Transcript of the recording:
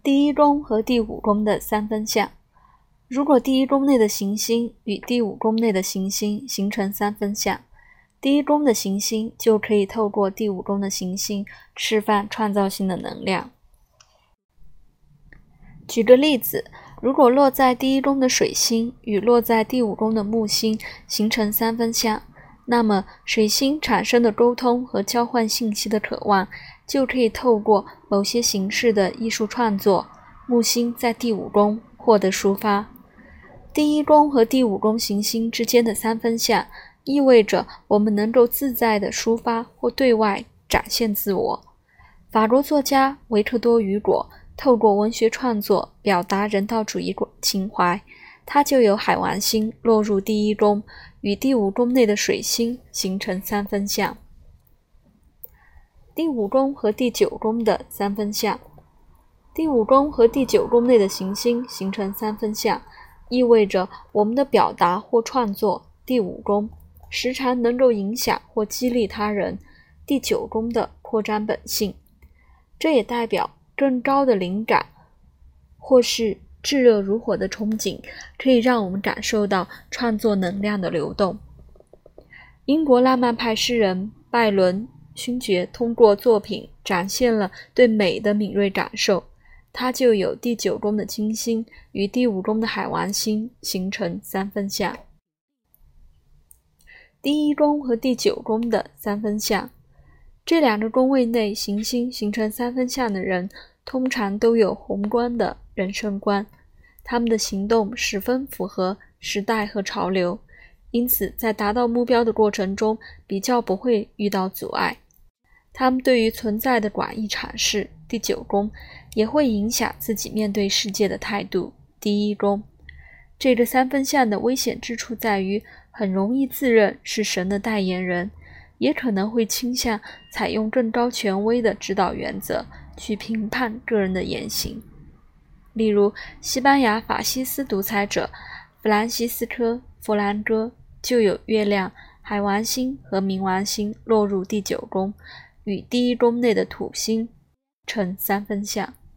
第一宫和第五宫的三分相。如果第一宫内的行星与第五宫内的行星形成三分相，第一宫的行星就可以透过第五宫的行星释放创造性的能量。举个例子，如果落在第一宫的水星与落在第五宫的木星形成三分相，那么水星产生的沟通和交换信息的渴望，就可以透过某些形式的艺术创作，木星在第五宫获得抒发。第一宫和第五宫行星之间的三分相，意味着我们能够自在地抒发或对外展现自我。法国作家维克多·雨果透过文学创作表达人道主义情怀，他就有海王星落入第一宫，与第五宫内的水星形成三分相。第五宫和第九宫的三分相。第五宫和第九宫内的行星形成三分相，意味着我们的表达或创作，第五宫时常能够影响或激励他人，第九宫的扩张本性。这也代表更高的灵感或是炙热如火的憧憬，可以让我们感受到创作能量的流动。英国浪漫派诗人拜伦勋爵通过作品展现了对美的敏锐感受，他就有第九宫的金星与第五宫的海王星形成三分相。第一宫和第九宫的三分相。这两个宫位内行星形成三分相的人，通常都有宏观的人生观，他们的行动十分符合时代和潮流，因此在达到目标的过程中比较不会遇到阻碍。他们对于存在的广义阐释，第九宫也会影响自己面对世界的态度，第一宫。这个三分相的危险之处在于，很容易自认是神的代言人，也可能会倾向采用更高权威的指导原则去评判个人的言行。例如，西班牙法西斯独裁者弗兰西斯科·弗兰哥就有月亮、海王星和冥王星落入第九宫，与第一宫内的土星成三分相。